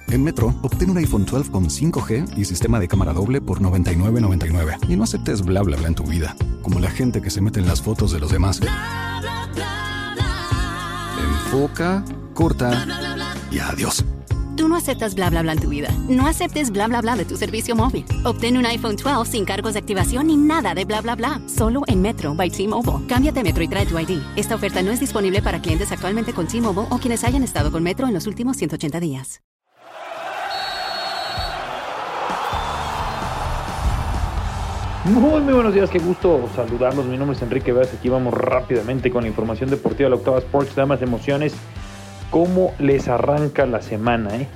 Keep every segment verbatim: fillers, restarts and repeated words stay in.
En Metro, obtén un iPhone doce con cinco G y sistema de cámara doble por noventa y nueve noventa y nueve. Y no aceptes bla bla bla en tu vida, como la gente que se mete en las fotos de los demás. Bla, bla, bla, bla. Enfoca, corta bla, bla, bla, bla. Y adiós. Tú no aceptas bla bla bla en tu vida. No aceptes bla bla bla de tu servicio móvil. Obtén un iPhone doce sin cargos de activación ni nada de bla bla bla. Solo en Metro by T-Mobile. Cámbiate a Metro y trae tu I D. Esta oferta no es disponible para clientes actualmente con T-Mobile o quienes hayan estado con Metro en los últimos ciento ochenta días. Muy, muy buenos días, qué gusto saludarlos. Mi nombre es Enrique Veas. Aquí vamos rápidamente con la información deportiva de la Octava Sports. Damas, emociones. ¿Cómo les arranca la semana, eh?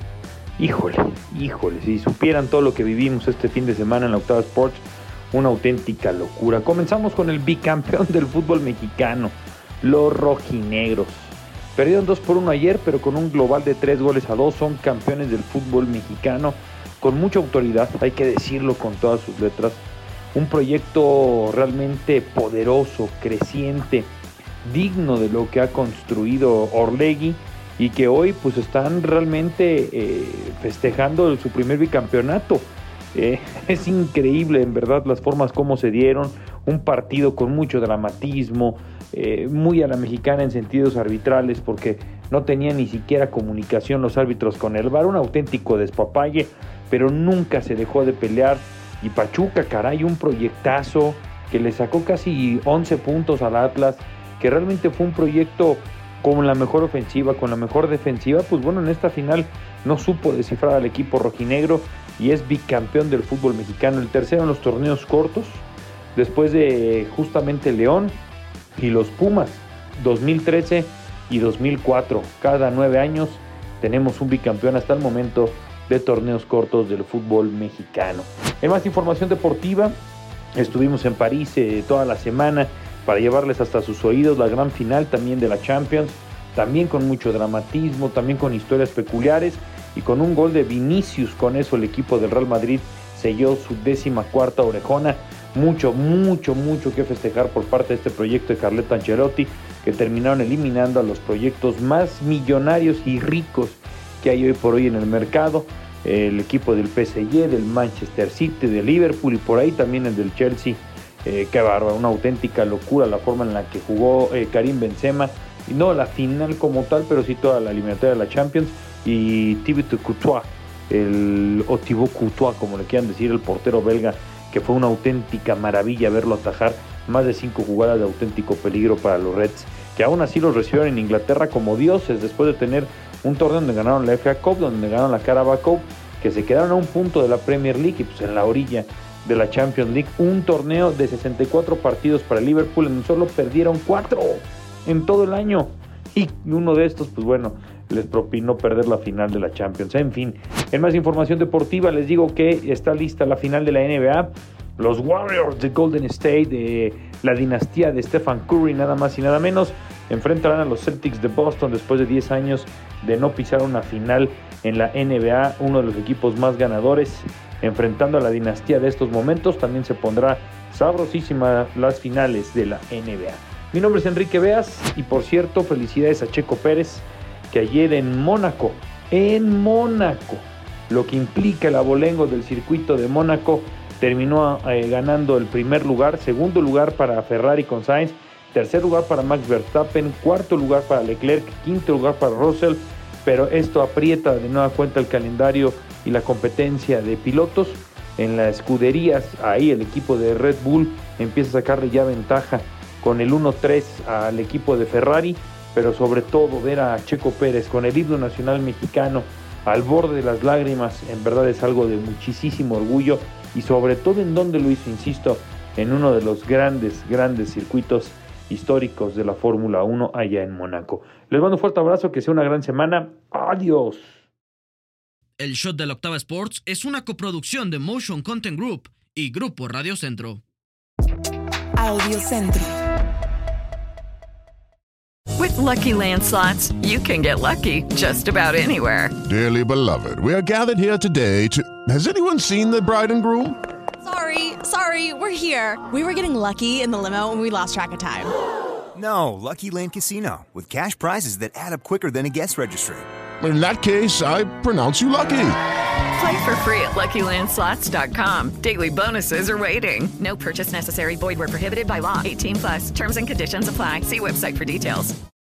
Híjole, híjole, si supieran todo lo que vivimos este fin de semana en la Octava Sports, una auténtica locura. Comenzamos con el bicampeón del fútbol mexicano, los rojinegros. Perdieron dos por uno ayer, pero con un global de tres goles a dos son campeones del fútbol mexicano, con mucha autoridad, hay que decirlo con todas sus letras. Un proyecto realmente poderoso, creciente, digno de lo que ha construido Orlegui y que hoy pues están realmente eh, festejando su primer bicampeonato. Eh, es increíble en verdad las formas como se dieron, un partido con mucho dramatismo, eh, muy a la mexicana en sentidos arbitrales porque no tenían ni siquiera comunicación los árbitros con el V A R, un auténtico despapalle, pero nunca se dejó de pelear. Y Pachuca, caray, un proyectazo que le sacó casi once puntos al Atlas, que realmente fue un proyecto con la mejor ofensiva, con la mejor defensiva. Pues bueno, en esta final no supo descifrar al equipo rojinegro y es bicampeón del fútbol mexicano, el tercero en los torneos cortos, después de justamente León y los Pumas, dos mil trece y dos mil cuatro. Cada nueve años tenemos un bicampeón hasta el momento de torneos cortos del fútbol mexicano. En más información deportiva, estuvimos en París eh, toda la semana para llevarles hasta sus oídos la gran final también de la Champions, también con mucho dramatismo, también con historias peculiares y con un gol de Vinicius. Con eso el equipo del Real Madrid selló su décima cuarta orejona. Mucho, mucho, mucho que festejar por parte de este proyecto de Carleto Ancelotti, que terminaron eliminando a los proyectos más millonarios y ricos que hay hoy por hoy en el mercado. El equipo del P S G, del Manchester City, del Liverpool y por ahí también el del Chelsea. Eh, qué bárbaro, una auténtica locura la forma en la que jugó eh, Karim Benzema, y no la final como tal, pero sí toda la eliminatoria de la Champions. Y Thibaut Courtois, el, o Thibaut Courtois como le quieran decir, el portero belga, que fue una auténtica maravilla verlo atajar más de cinco jugadas de auténtico peligro para los Reds, que aún así los recibieron en Inglaterra como dioses después de tener un torneo donde ganaron la F A Cup, donde ganaron la Carabao Cup, que se quedaron a un punto de la Premier League y pues en la orilla de la Champions League. Un torneo de sesenta y cuatro partidos para el Liverpool, en solo perdieron cuatro en todo el año, y uno de estos pues bueno les propinó perder la final de la Champions. En fin, en más información deportiva les digo que está lista la final de la N B A. Los Warriors de Golden State, de la dinastía de Stephen Curry, nada más y nada menos, enfrentarán a los Celtics de Boston después de diez años de no pisar una final en la N B A, uno de los equipos más ganadores, enfrentando a la dinastía de estos momentos. También se pondrá sabrosísima las finales de la N B A. Mi nombre es Enrique Veas y por cierto, felicidades a Checo Pérez, que ayer en Mónaco, en Mónaco, lo que implica el abolengo del circuito de Mónaco, terminó eh, ganando el primer lugar, segundo lugar para Ferrari con Sainz, tercer lugar para Max Verstappen, cuarto lugar para Leclerc, quinto lugar para Russell, pero esto aprieta de nueva cuenta el calendario y la competencia de pilotos. En las escuderías, ahí el equipo de Red Bull empieza a sacarle ya ventaja con el uno tres al equipo de Ferrari, pero sobre todo ver a Checo Pérez con el himno nacional mexicano al borde de las lágrimas, en verdad es algo de muchísimo orgullo, y sobre todo en donde lo hizo, insisto, en uno de los grandes, grandes circuitos históricos de la Fórmula uno allá en Mónaco. Les mando un fuerte abrazo, que sea una gran semana. ¡Adiós! El Shot de la Octava Sports es una coproducción de Motion Content Group y Grupo Radio Centro. Audio Centro. With Lucky Land Slots, you can get lucky just about anywhere. Dearly beloved, we are gathered here today to... Has anyone seen the bride and groom? Sorry, sorry, we're here. We were getting lucky in the limo and we lost track of time. No, Lucky Land Casino, with cash prizes that add up quicker than a guest registry. in that case, I pronounce you lucky. Play for free at lucky land slots dot com. Daily bonuses are waiting. No purchase necessary. Void where prohibited by law. eighteen plus. Terms and conditions apply. See website for details.